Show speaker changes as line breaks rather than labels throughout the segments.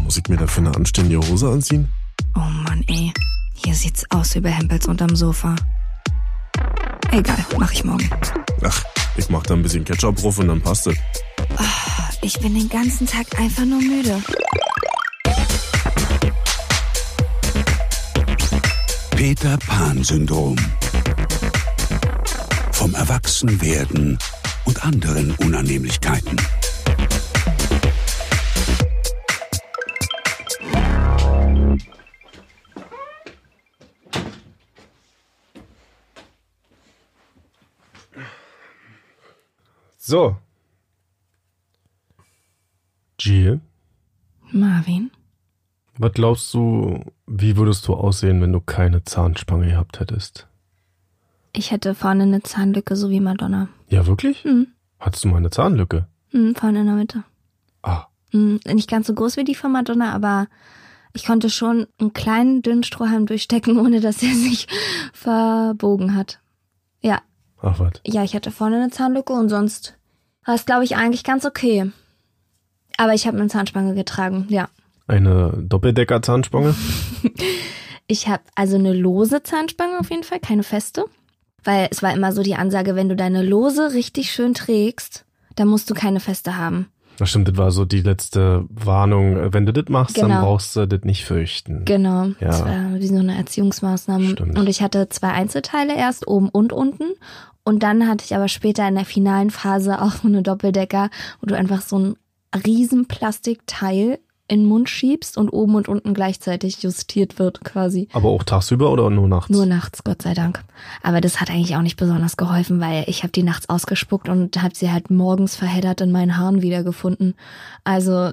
Muss ich mir dafür eine anständige Hose anziehen?
Oh Mann, ey. Hier sieht's aus wie bei Hempels unterm Sofa. Egal, mach ich morgen.
Ach, ich mach da ein bisschen Ketchup drauf und dann passt es.
Oh, ich bin den ganzen Tag einfach nur müde.
Peter-Pan-Syndrom. Vom Erwachsenwerden und anderen Unannehmlichkeiten.
So. Jill,
Marvin?
was glaubst du, wie würdest du aussehen, wenn du keine Zahnspange gehabt hättest?
Ich hätte vorne eine Zahnlücke, so wie Madonna.
Ja, wirklich?
Mhm.
Hattest du mal eine Zahnlücke?
Vorne in der Mitte.
Ah,
Nicht ganz so groß wie die von Madonna, aber ich konnte schon einen kleinen, dünnen Strohhalm durchstecken, ohne dass er sich verbogen hat. Ja.
ach was.
Ja, ich hatte vorne eine Zahnlücke und sonst war es, glaube ich, eigentlich ganz okay. Aber ich habe eine Zahnspange getragen, ja.
Eine Doppeldecker-Zahnspange?
Ich habe also eine lose Zahnspange auf jeden Fall, keine feste. Weil es war immer so die Ansage, wenn du deine lose richtig schön trägst, dann musst du keine feste haben.
Das stimmt, das war so die letzte Warnung. Wenn du das machst, dann
Genau.
brauchst du das nicht fürchten.
Genau,
Ja.
das war wie so eine Erziehungsmaßnahme.
Stimmt.
Und ich hatte 2 Einzelteile erst, oben und unten. Und dann hatte ich aber später in der finalen Phase auch eine Doppeldecker, wo du einfach so ein riesen Plastikteil in den Mund schiebst und oben und unten gleichzeitig justiert wird quasi.
Aber auch tagsüber oder nur nachts?
Nur nachts, Gott sei Dank. Aber das hat eigentlich auch nicht besonders geholfen, weil ich habe die nachts ausgespuckt und habe sie halt morgens verheddert in meinen Haaren wiedergefunden. Also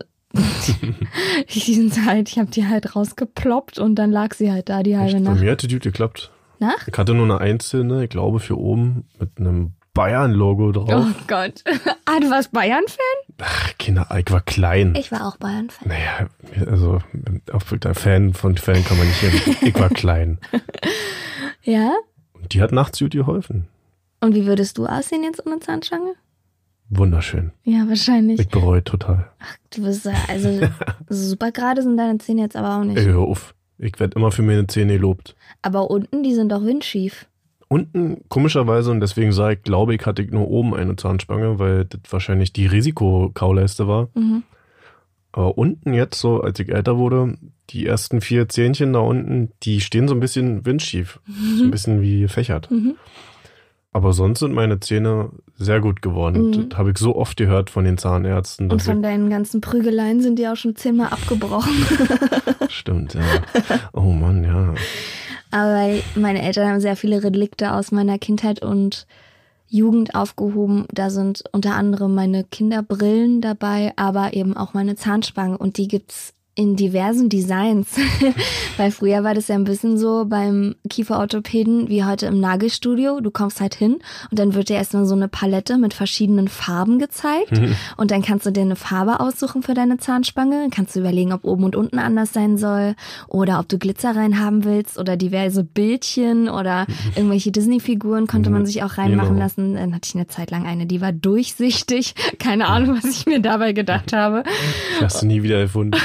ich habe die halt rausgeploppt und dann lag sie halt da die halbe
Echt? Bei
Nacht.
mir hatte die gut geklappt.
Nach?
Ich hatte nur eine einzelne, ich glaube für oben, mit einem Bayern-Logo drauf.
Oh Gott. Ah, du warst Bayern-Fan?
Ach, Kinder, ich war klein.
Ich war auch Bayern-Fan.
Naja, also auf der Fan von Fan kann man nicht hin. Ich war klein.
Ja?
Und die hat nachts gut geholfen.
Und wie würdest du aussehen jetzt ohne Zahnspange?
Wunderschön.
Ja, wahrscheinlich.
Ich bereue total.
Du bist also super gerade sind deine Zähne jetzt aber auch nicht.
Ey, hör auf. Ich werde immer für meine Zähne gelobt.
Aber unten, die sind doch windschief.
Unten, komischerweise, und deswegen sage ich, glaube ich, hatte ich nur oben eine Zahnspange, weil das wahrscheinlich die Risikokauleiste war.
Mhm.
Aber unten jetzt so, als ich älter wurde, die ersten 4 Zähnchen da unten, die stehen so ein bisschen windschief. So ein bisschen wie gefächert.
Mhm.
Aber sonst sind meine Zähne sehr gut geworden.
Mhm.
Das habe ich so oft gehört von den Zahnärzten.
Und
dass
von deinen ganzen Prügeleien sind die auch schon 10-mal abgebrochen.
Stimmt, ja. Oh Mann, ja.
Aber meine Eltern haben sehr viele Relikte aus meiner Kindheit und Jugend aufgehoben. Da sind unter anderem meine Kinderbrillen dabei, aber eben auch meine Zahnspange. Und die gibt's in diversen Designs. Weil früher war das ja ein bisschen so beim Kieferorthopäden wie heute im Nagelstudio. Du kommst halt hin und dann wird dir erstmal so eine Palette mit verschiedenen Farben gezeigt. Und dann kannst du dir eine Farbe aussuchen für deine Zahnspange. Dann kannst du überlegen, ob oben und unten anders sein soll oder ob du Glitzer rein haben willst oder diverse Bildchen oder irgendwelche Disney-Figuren konnte man sich auch reinmachen
Genau.
lassen. Dann hatte ich eine Zeit lang eine, die war durchsichtig. Keine Ahnung, was ich mir dabei gedacht habe.
Die hast du nie wieder erfunden.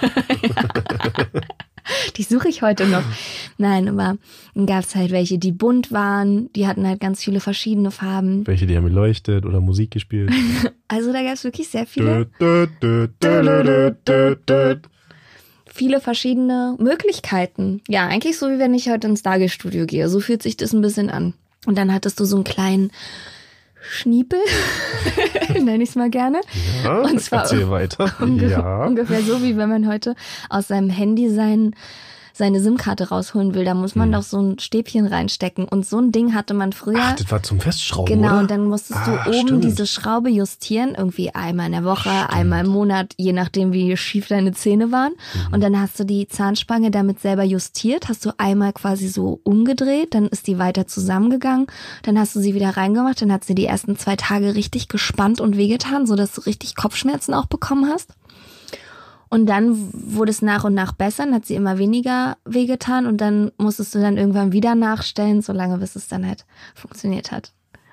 Die suche ich heute noch. Nein, aber dann gab es halt welche, die bunt waren. Die hatten halt ganz viele verschiedene Farben.
Welche, die haben geleuchtet oder Musik gespielt.
Also da gab es wirklich sehr viele,
Dö, dö, dö, dö, dö, dö, dö.
viele verschiedene Möglichkeiten. Ja, eigentlich so, wie wenn ich heute ins Nagelstudio gehe. So fühlt sich das ein bisschen an. Und dann hattest du so einen kleinen Schniepel, nenne ich es mal gerne.
Ja,
Und zwar
erzähl weiter. Ja.
ungefähr so, wie wenn man heute aus seinem Handy seine SIM-Karte rausholen will. Da muss man doch so ein Stäbchen reinstecken. Und so ein Ding hatte man früher.
Ach, das war zum Festschrauben,
Genau,
oder?
und dann musstest du oben
stimmt.
diese Schraube justieren, irgendwie einmal in der Woche, einmal im Monat, je nachdem, wie schief deine Zähne waren. Und dann hast du die Zahnspange damit selber justiert, hast du einmal quasi so umgedreht, dann ist die weiter zusammengegangen, dann hast du sie wieder reingemacht, dann hat sie die ersten 2 Tage richtig gespannt und wehgetan, sodass du richtig Kopfschmerzen auch bekommen hast. Und dann wurde es nach und nach besser, dann hat sie immer weniger wehgetan und dann musstest du dann irgendwann wieder nachstellen, solange bis es dann halt funktioniert hat.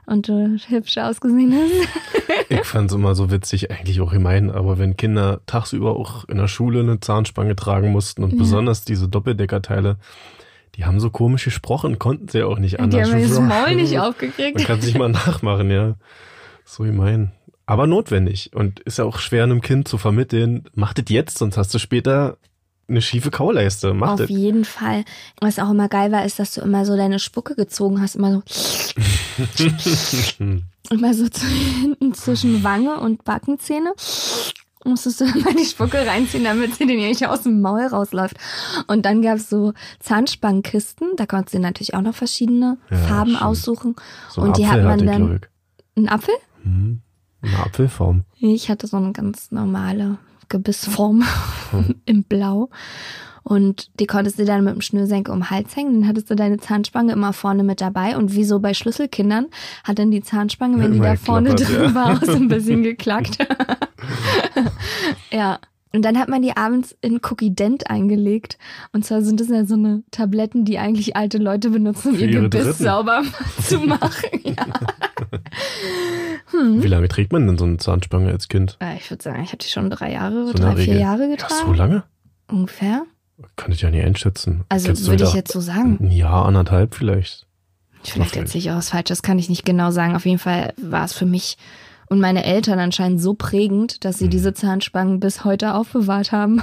und du hübsch ausgesehen hast.
Ich fand's immer so witzig, eigentlich auch gemein, aber wenn Kinder tagsüber auch in der Schule eine Zahnspange tragen mussten und besonders diese Doppeldeckerteile, die haben so komisch gesprochen, konnten sie ja auch nicht anders.
Die haben das Maul nicht aufgekriegt.
Man kann sich mal nachmachen, ja. So gemein. Aber notwendig und ist ja auch schwer einem Kind zu vermitteln, mach das jetzt, sonst hast du später eine schiefe Kauleiste. Mach
Auf
das.
jeden Fall. Was auch immer geil war, ist, dass du immer so deine Spucke gezogen hast, immer so immer so hinten zwischen Wange und Backenzähne. Musstest du immer die Spucke reinziehen, damit sie dir nicht aus dem Maul rausläuft. Und dann gab es so Zahnspangenkisten, da konntest du natürlich auch noch verschiedene Farben
stimmt.
aussuchen.
So
und die hat man
hatte ich,
dann.
glaub ich.
Einen Apfel?
Eine Apfelform.
Ich hatte so eine ganz normale Gebissform im Blau. Und die konntest du dann mit dem Schnürsenkel um den Hals hängen. Dann hattest du deine Zahnspange immer vorne mit dabei. Und wie so bei Schlüsselkindern hat dann die Zahnspange, wenn die da vorne drin war, auch so ein bisschen geklackt. Ja. Und dann hat man die abends in Cookie Dent eingelegt. Und zwar sind das ja so eine Tabletten, die eigentlich alte Leute benutzen, um
Für
ihr
ihre
Gebiss
Dritten.
sauber zu machen. Ja.
Wie lange trägt man denn so eine Zahnspange als Kind?
Ich würde sagen, ich habe die schon 3 Jahre,
So in der
3, 4
Regel.
Jahre
Ja,
getragen.
so lange?
Ungefähr.
Kann ich ja nicht einschätzen.
Also
Jetzt
würde ich
wieder
jetzt so sagen.
Ein Jahr, 1,5 vielleicht.
Vielleicht erzähle ich auch was Falsches, kann ich nicht genau sagen. Auf jeden Fall war es für mich und meine Eltern anscheinend so prägend, dass sie diese Zahnspangen bis heute aufbewahrt haben.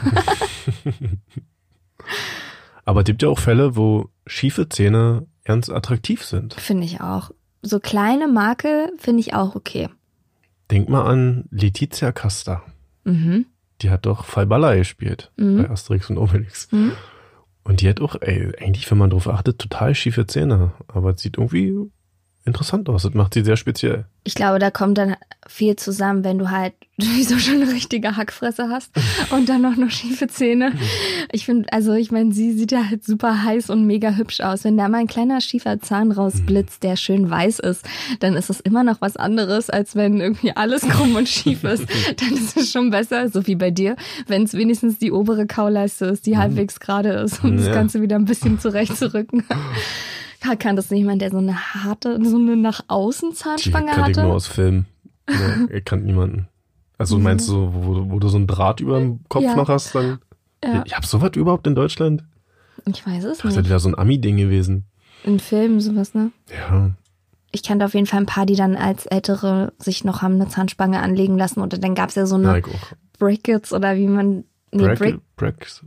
Aber es gibt ja auch Fälle, wo schiefe Zähne ganz attraktiv sind.
Finde ich auch. So kleine Makel finde ich auch okay.
Denk mal an Letizia Casta.
Mhm.
Die hat doch Falbala gespielt bei Asterix und Obelix.
Mhm.
Und die hat auch, eigentlich, wenn man drauf achtet, total schiefe Zähne. Aber es sieht irgendwie interessant aus. Das macht sie sehr speziell.
Ich glaube, da kommt dann viel zusammen, wenn du halt sowieso schon eine richtige Hackfresse hast und dann noch schiefe Zähne. Ich finde, also ich meine, sie sieht ja halt super heiß und mega hübsch aus. Wenn da mal ein kleiner schiefer Zahn rausblitzt, der schön weiß ist, dann ist es immer noch was anderes, als wenn irgendwie alles krumm und schief ist. Dann ist es schon besser, so wie bei dir, wenn es wenigstens die obere Kauleiste ist, die halbwegs gerade ist, um das Ganze wieder ein bisschen zurechtzurücken. Kann das jemand, der so eine harte, so eine nach außen
Die
Zahnspange
kannte ich
hatte?
nur aus Filmen. Nee, ich kannte niemanden. Also meinst du, wo du so ein Draht über dem Kopf
Ja.
noch hast, dann...
Ja.
Ich hab sowas überhaupt in Deutschland?
Ich weiß es
Das
nicht.
wäre so ein Ami-Ding gewesen.
In Filmen sowas, ne?
Ja.
Ich kannte auf jeden Fall ein paar, die dann als Ältere sich noch haben eine Zahnspange anlegen lassen. Oder dann gab es ja so
Ja,
eine
ich auch.
Brackets oder wie man... Nee,
Brackets?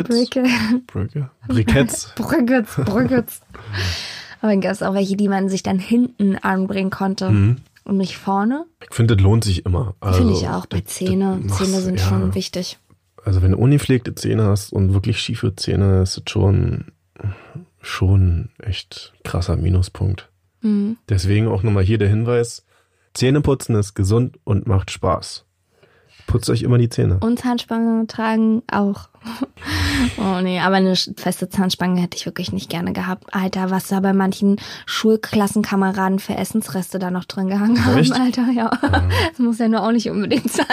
Briketts?
Brackets. Aber dann gab es auch welche, die man sich dann hinten anbringen konnte. Und nicht vorne.
Ich finde, das lohnt sich immer. Also,
Finde ich auch bei Zähne.
das
Zähne
machst-
sind
ja.
schon wichtig.
Also wenn du ungepflegte Zähne hast und wirklich schiefe Zähne, ist das schon echt krasser Minuspunkt.
Mhm.
Deswegen auch nochmal hier der Hinweis, Zähneputzen ist gesund und macht Spaß. Putzt euch immer die Zähne.
Und Zahnspange tragen auch. Oh nee, aber eine feste Zahnspange hätte ich wirklich nicht gerne gehabt. Alter, was da bei manchen Schulklassenkameraden für Essensreste da noch drin gehangen haben,
Echt?
Alter, ja. Das muss ja nur auch nicht unbedingt sein.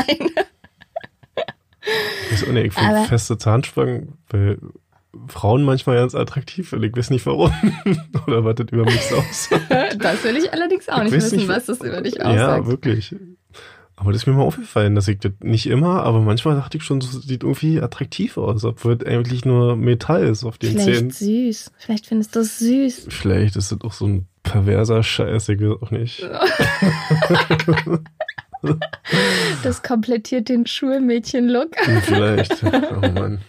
Ich finde
Aber-
feste Zahnspangen bei Frauen manchmal ganz attraktiv und ich weiß nicht warum. Oder was das über mich so aussagt.
Das will ich allerdings auch nicht
weiß
wissen,
nicht,
was das über dich
Ja,
aussagt.
wirklich. Aber das ist mir mal aufgefallen, dass ich das nicht immer, aber manchmal dachte ich schon, das sieht irgendwie attraktiv aus, obwohl es eigentlich nur Metall ist auf den Zähnen.
Vielleicht süß. Vielleicht findest du es süß.
Vielleicht ist das auch so ein perverser Scheiß, ich weiß auch nicht.
Das komplettiert den Schulmädchen-Look.
Vielleicht. Oh Mann.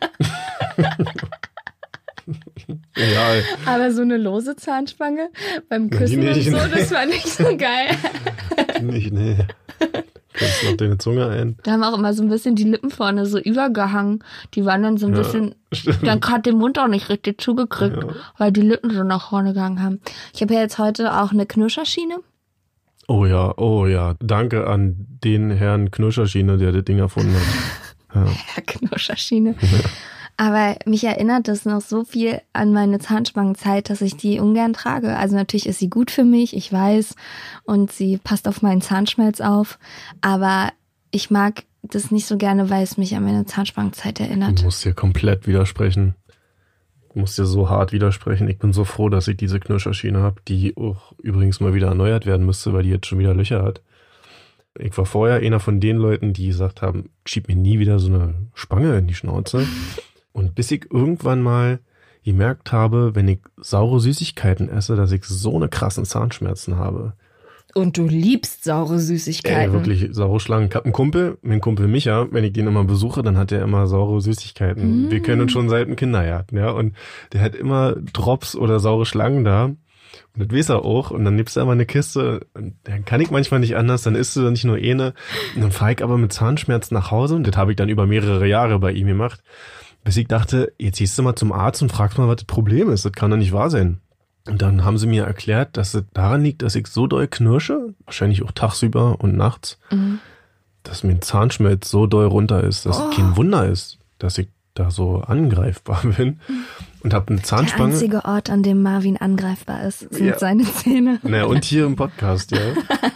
Egal.
Aber so eine lose Zahnspange beim Küssen und
nicht,
so,
nee.
das fand ich so geil.
Nicht, nee. Kannst noch deine Zunge ein.
Da haben auch immer so ein bisschen die Lippen vorne so übergehangen. Die waren dann so ein bisschen,
stimmt.
dann hat den Mund auch nicht richtig zugekriegt,
Ja.
weil die Lippen so nach vorne gegangen haben. Ich habe ja jetzt heute auch eine Knuscherschiene.
Oh ja. Danke an den Herrn Knuscherschiene, der das Ding erfunden hat.
Ja, Knuscherschiene. Aber mich erinnert das noch so viel an meine Zahnspangenzeit, dass ich die ungern trage. Also natürlich ist sie gut für mich, ich weiß. Und sie passt auf meinen Zahnschmelz auf. Aber ich mag das nicht so gerne, weil es mich an meine Zahnsprangenzeit
Ich
erinnert.
muss dir komplett widersprechen. muss dir so hart widersprechen. Ich bin so froh, dass ich diese Knirschermaschine habe, die auch übrigens mal wieder erneuert werden müsste, weil die jetzt schon wieder Löcher hat. Ich war vorher einer von den Leuten, die gesagt haben, schieb mir nie wieder so eine Spange in die Schnauze. Und bis ich irgendwann mal gemerkt habe, wenn ich saure Süßigkeiten esse, dass ich so eine krassen Zahnschmerzen habe.
Und du liebst saure Süßigkeiten.
Wirklich saure Schlangen. Ich hab einen Kumpel, mein Kumpel Micha, wenn ich den immer besuche, dann hat er immer saure Süßigkeiten. Wir kennen uns schon seit dem Kindergarten, ja. Und der hat immer Drops oder saure Schlangen da. Und das weiß er auch. Und dann nimmst du immer eine Kiste. Und dann kann ich manchmal nicht anders. Dann isst du nicht nur eine. Und dann fahre ich aber mit Zahnschmerzen nach Hause. Und das habe ich dann über mehrere Jahre bei ihm gemacht. Bis ich dachte, jetzt gehst du mal zum Arzt und fragst mal, was das Problem ist. Das kann doch nicht wahr sein. Und dann haben sie mir erklärt, dass es daran liegt, dass ich so doll knirsche, wahrscheinlich auch tagsüber und nachts, dass mein Zahnschmelz so doll runter ist, dass es kein Wunder ist, dass ich da so angreifbar bin. Und habe eine Zahnspange.
Der einzige Ort, an dem Marvin angreifbar ist, sind seine Zähne.
Naja, und hier im Podcast, ja.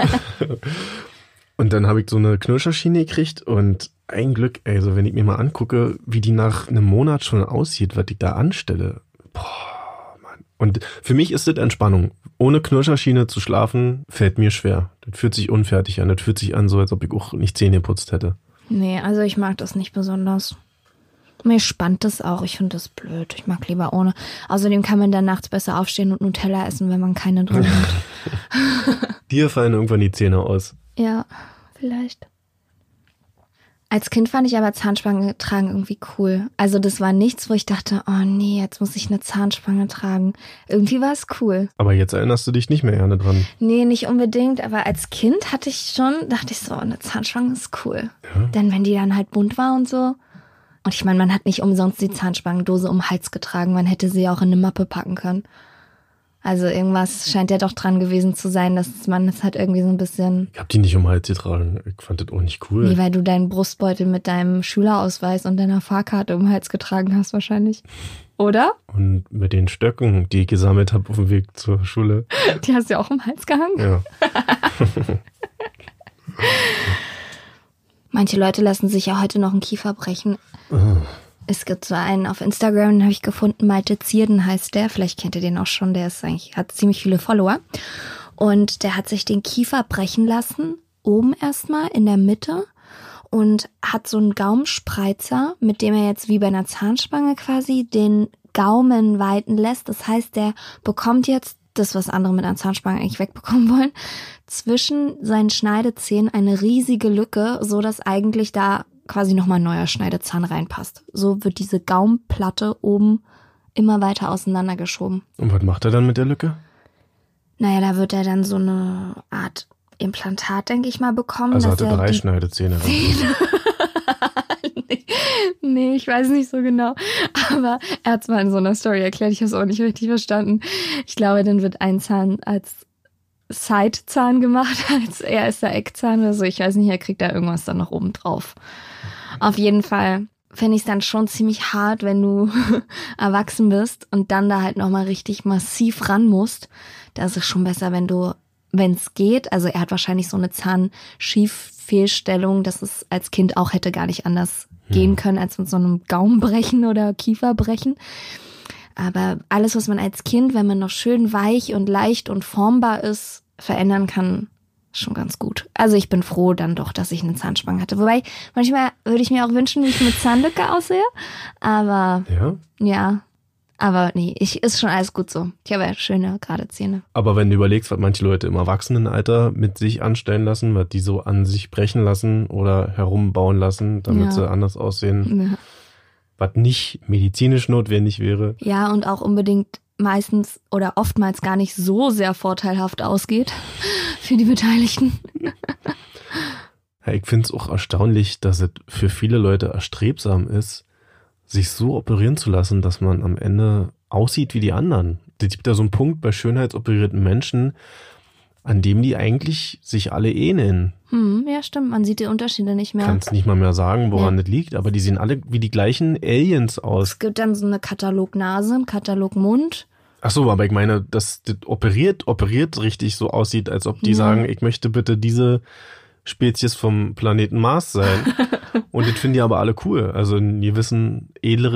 Und dann habe ich so eine Knirschermaschine gekriegt und ein Glück, also wenn ich mir mal angucke, wie die nach einem Monat schon aussieht, was ich da anstelle. Boah, Mann. Und für mich ist das Entspannung. Ohne Knirschermaschine zu schlafen, fällt mir schwer. Das fühlt sich unfertig an. Das fühlt sich an, so als ob ich auch nicht Zähne geputzt hätte.
Nee, also ich mag das nicht besonders. Mir spannt das auch. Ich finde das blöd. Ich mag lieber ohne. Außerdem kann man dann nachts besser aufstehen und Nutella essen, wenn man keine drin hat.
Dir fallen irgendwann die Zähne aus.
Ja, vielleicht. Als Kind fand ich aber Zahnspange tragen irgendwie cool. Also das war nichts, wo ich dachte, oh nee, jetzt muss ich eine Zahnspange tragen. Irgendwie war es cool.
Aber jetzt erinnerst du dich nicht mehr gerne dran.
Nee, nicht unbedingt, aber als Kind dachte ich so, eine Zahnspange ist cool.
Ja.
Denn wenn die dann halt bunt war und so. Und ich meine, man hat nicht umsonst die Zahnspangendose um den Hals getragen. Man hätte sie auch in eine Mappe packen können. Also irgendwas scheint ja doch dran gewesen zu sein, dass man das halt irgendwie so ein bisschen...
Ich hab die nicht um den Hals getragen. Ich fand das auch nicht cool.
Nee, weil du deinen Brustbeutel mit deinem Schülerausweis und deiner Fahrkarte um den Hals getragen hast wahrscheinlich. Oder?
Und mit den Stöcken, die ich gesammelt habe auf dem Weg zur Schule.
Die hast du ja auch um den Hals gehangen?
Ja.
Manche Leute lassen sich ja heute noch einen Kiefer brechen. Es gibt so einen auf Instagram, den habe ich gefunden, Malte Zierden heißt der. Vielleicht kennt ihr den auch schon, der ist hat ziemlich viele Follower. Und der hat sich den Kiefer brechen lassen, oben erstmal in der Mitte. Und hat so einen Gaumenspreizer, mit dem er jetzt wie bei einer Zahnspange quasi den Gaumen weiten lässt. Das heißt, der bekommt jetzt das, was andere mit einer Zahnspange eigentlich wegbekommen wollen, zwischen seinen Schneidezähnen eine riesige Lücke, so dass eigentlich da quasi nochmal ein neuer Schneidezahn reinpasst. So wird diese Gaumenplatte oben immer weiter auseinandergeschoben.
Und was macht er dann mit der Lücke?
Naja, da wird er dann so eine Art Implantat, denke ich mal, bekommen.
Also hat er 3 Schneidezähne.
Nee, ich weiß nicht so genau. Aber er hat es mal in so einer Story erklärt, ich habe es auch nicht richtig verstanden. Ich glaube, dann wird ein Zahn als Sidezahn gemacht, als er ist der Eckzahn oder so. Ich weiß nicht, er kriegt da irgendwas dann noch oben drauf. Auf jeden Fall fände ich es dann schon ziemlich hart, wenn du erwachsen bist und dann da halt nochmal richtig massiv ran musst. Da ist es schon besser, wenn es geht. Also er hat wahrscheinlich so eine Zahnschieffehlstellung, dass es als Kind auch hätte gar nicht anders gehen können, als mit so einem Gaumenbrechen oder Kieferbrechen. Aber alles, was man als Kind, wenn man noch schön weich und leicht und formbar ist, verändern kann, ist schon ganz gut. Also ich bin froh dann doch, dass ich eine Zahnspange hatte. Wobei, manchmal würde ich mir auch wünschen, wie ich mit Zahnlücke aussehe. Aber ja. Aber nee, ist schon alles gut so. Ich habe ja schöne, gerade Zähne.
Aber wenn du überlegst, was manche Leute im Erwachsenenalter mit sich anstellen lassen, was die so an sich brechen lassen oder herumbauen lassen, damit sie anders aussehen, was nicht medizinisch notwendig wäre.
Ja, und auch unbedingt meistens oder oftmals gar nicht so sehr vorteilhaft ausgeht für die Beteiligten.
Ja, ich finde es auch erstaunlich, dass es für viele Leute erstrebsam ist, sich so operieren zu lassen, dass man am Ende aussieht wie die anderen. Es gibt da so einen Punkt bei schönheitsoperierten Menschen, an dem die eigentlich sich alle ähneln.
Ja, stimmt. Man sieht die Unterschiede nicht mehr.
Kannst nicht mal mehr sagen, woran das liegt, aber die sehen alle wie die gleichen Aliens aus.
Es gibt dann so eine Katalognase, einen Katalogmund.
Ach so, aber ich meine, dass das operiert richtig so aussieht, als ob die sagen, ich möchte bitte diese Spezies vom Planeten Mars sein. Und das finden die aber alle cool. Also einen gewissen edleren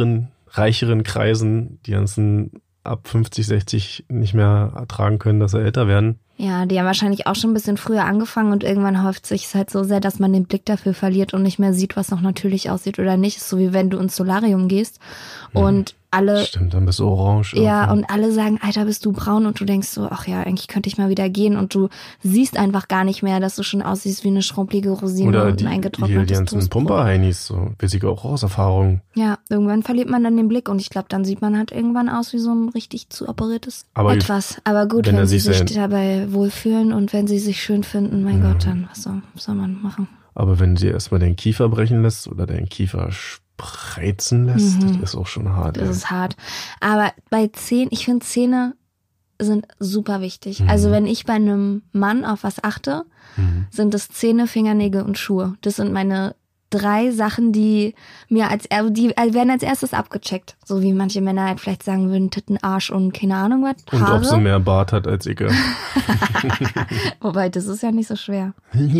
reicheren Kreisen, die ganzen ab 50, 60 nicht mehr ertragen können, dass sie älter werden.
Ja, die haben wahrscheinlich auch schon ein bisschen früher angefangen und irgendwann häuft sich es halt so sehr, dass man den Blick dafür verliert und nicht mehr sieht, was noch natürlich aussieht oder nicht. Ist so wie wenn du ins Solarium gehst und alle...
Stimmt, dann bist du orange.
Ja,
irgendwie.
und alle sagen, Alter, bist du braun und du denkst so, ach ja, eigentlich könnte ich mal wieder gehen und du siehst einfach gar nicht mehr, dass du schon aussiehst wie eine schrumpelige Rosine
Oder
und
die
ein eingetrocknetes
ganzen
Toastbrot.
Pumperheinis, so weiß ich auch aus Erfahrung.
Ja, irgendwann verliert man dann den Blick und ich glaube, dann sieht man halt irgendwann aus wie so ein richtig zu operiertes Etwas. Aber gut,
wenn
wenn
er
sie
sich
sich dabei wohlfühlen und wenn sie sich schön finden, mein Gott, dann was soll man machen?
Aber wenn sie erstmal deinen Kiefer brechen lässt oder deinen Kiefer spreizen lässt, das ist auch schon hart.
Das ist hart. Aber bei Zähnen, ich finde Zähne sind super wichtig. Also wenn ich bei einem Mann auf was achte, sind es Zähne, Fingernägel und Schuhe. Das sind meine 3 Sachen, die werden als erstes abgecheckt. So wie manche Männer halt vielleicht sagen würden, Titten, Arsch und keine Ahnung was,
Und
Haare.
ob sie mehr Bart hat als ich.
Wobei, das ist ja nicht so schwer.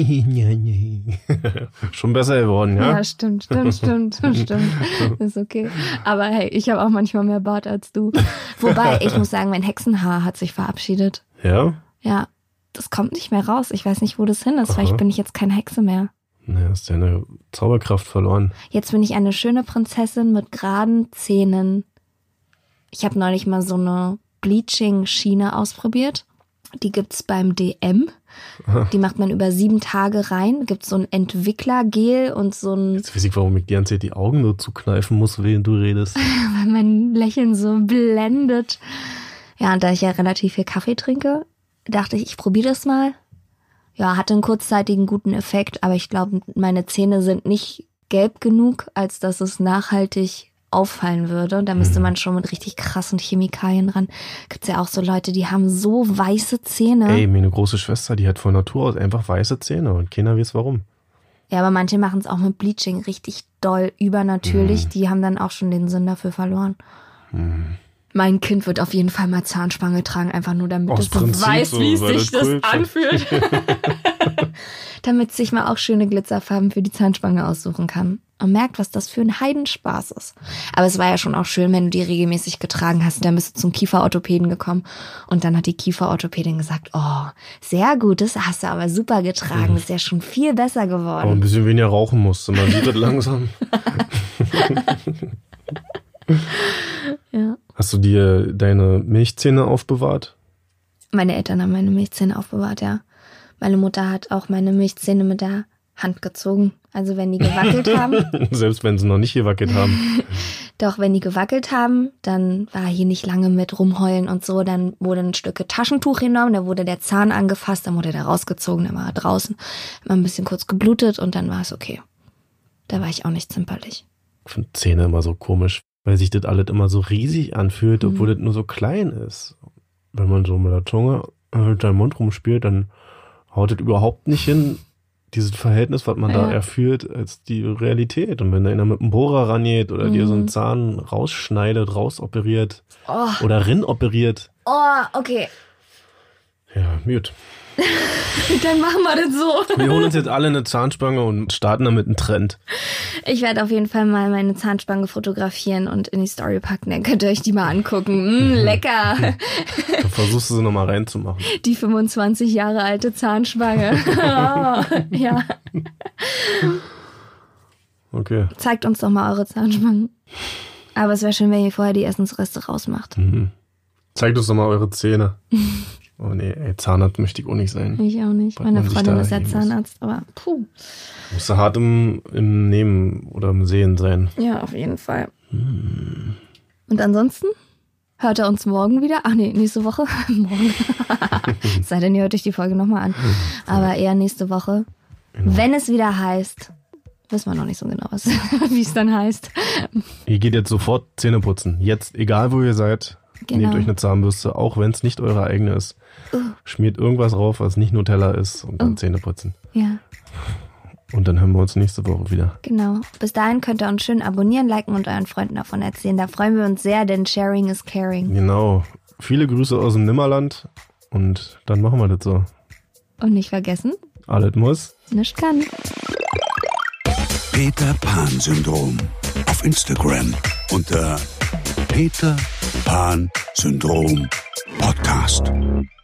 Schon besser geworden, ja?
Ja, stimmt. Ist okay. Aber hey, ich habe auch manchmal mehr Bart als du. Wobei, ich muss sagen, mein Hexenhaar hat sich verabschiedet.
Ja?
Ja, das kommt nicht mehr raus. Ich weiß nicht, wo das hin ist. Vielleicht bin ich jetzt keine Hexe mehr.
Naja, hast deine Zauberkraft verloren.
Jetzt bin ich eine schöne Prinzessin mit geraden Zähnen. Ich habe neulich mal so eine Bleaching-Schiene ausprobiert. Die gibt's beim DM. Die macht man über 7 Tage rein. Gibt so ein Entwicklergel und so ein...
Jetzt weiß ich, warum ich die ganze Zeit die Augen nur zukneifen muss, während du redest.
Weil mein Lächeln so blendet. Ja, und da ich ja relativ viel Kaffee trinke, dachte ich probiere das mal. Ja, hatte einen kurzzeitigen guten Effekt, aber ich glaube, meine Zähne sind nicht gelb genug, als dass es nachhaltig auffallen würde. Und da müsste man schon mit richtig krassen Chemikalien ran. Gibt's ja auch so Leute, die haben so weiße Zähne.
Ey, meine große Schwester, die hat von Natur aus einfach weiße Zähne und keiner weiß warum.
Ja, aber manche machen es auch mit Bleaching richtig doll übernatürlich. Die haben dann auch schon den Sinn dafür verloren. Mein Kind wird auf jeden Fall mal Zahnspange tragen, einfach nur damit
Aus
es
Prinzip
weiß,
so,
wie
weil
sich
das
das
cool
anfühlt. Damit es sich mal auch schöne Glitzerfarben für die Zahnspange aussuchen kann. Und merkt, was das für ein Heidenspaß ist. Aber es war ja schon auch schön, wenn du die regelmäßig getragen hast. Dann bist du zum Kieferorthopäden gekommen. Und dann hat die Kieferorthopädin gesagt, oh, sehr gut, das hast du aber super getragen. Das ist ja schon viel besser
Aber ein
geworden.
bisschen weniger rauchen musste, man sieht das langsam.
Ja.
Hast du dir deine Milchzähne aufbewahrt?
Meine Eltern haben meine Milchzähne aufbewahrt, ja. Meine Mutter hat auch meine Milchzähne mit der Hand gezogen. Also wenn die gewackelt haben.
Selbst wenn sie noch nicht gewackelt haben.
Doch wenn die gewackelt haben, dann war hier nicht lange mit rumheulen und so. Dann wurde ein Stück Taschentuch genommen, da wurde der Zahn angefasst, dann wurde der rausgezogen, dann war er draußen. Immer ein bisschen kurz geblutet und dann war es okay. Da war ich auch nicht zimperlich.
Ich finde Zähne immer so komisch, weil sich das alles immer so riesig anfühlt, obwohl das nur so klein ist. Wenn man so mit der Zunge mit deinem Mund rumspielt, dann haut das überhaupt nicht hin, dieses Verhältnis, was man da erfühlt, als die Realität. Und wenn da einer mit einem Bohrer rangeht oder dir so einen Zahn rausschneidet, rausoperiert oder operiert.
Oh, okay.
Ja, gut.
Dann machen wir das so.
Wir holen uns jetzt alle eine Zahnspange und starten damit einen Trend.
Ich werde auf jeden Fall mal meine Zahnspange fotografieren und in die Story packen. Dann könnt ihr euch die mal angucken. Lecker.
Da versuchst du sie nochmal reinzumachen.
Die 25 Jahre alte Zahnspange. Oh, ja.
Okay.
Zeigt uns doch mal eure Zahnspangen. Aber es wäre schön, wenn ihr vorher die Essensreste rausmacht.
Zeigt uns doch mal eure Zähne. Oh nee, ey, Zahnarzt möchte ich auch nicht sein.
Ich auch nicht.
Weil
Meine
man sich
Freundin
da
ist ja
heben muss.
Zahnarzt, aber puh.
Musst du hart im Nehmen oder im Sehen sein.
Ja, auf jeden Fall. Und ansonsten hört er uns morgen wieder. Ach nee, nächste Woche. Morgen. Es sei denn, ihr hört euch die Folge nochmal an. Aber eher nächste Woche.
Genau.
Wenn es wieder heißt, wissen wir noch nicht so genau, wie es dann heißt.
Ihr geht jetzt sofort Zähne putzen. Jetzt, egal wo ihr seid,
Genau.
nehmt euch eine Zahnbürste, auch wenn es nicht eure eigene ist. Schmiert irgendwas drauf, was nicht Nutella ist und dann Zähne putzen.
Ja,
Und dann hören wir uns nächste Woche wieder.
genau. Bis dahin könnt ihr uns schön abonnieren, liken und euren Freunden davon erzählen. Da freuen wir uns sehr, denn sharing is caring.
Genau. Viele Grüße aus dem Nimmerland und dann machen wir das so.
Und nicht vergessen,
Alles muss.
nichts kann.
Peter Pan Syndrom. Auf Instagram unter Peter Pan Syndrom Podcast.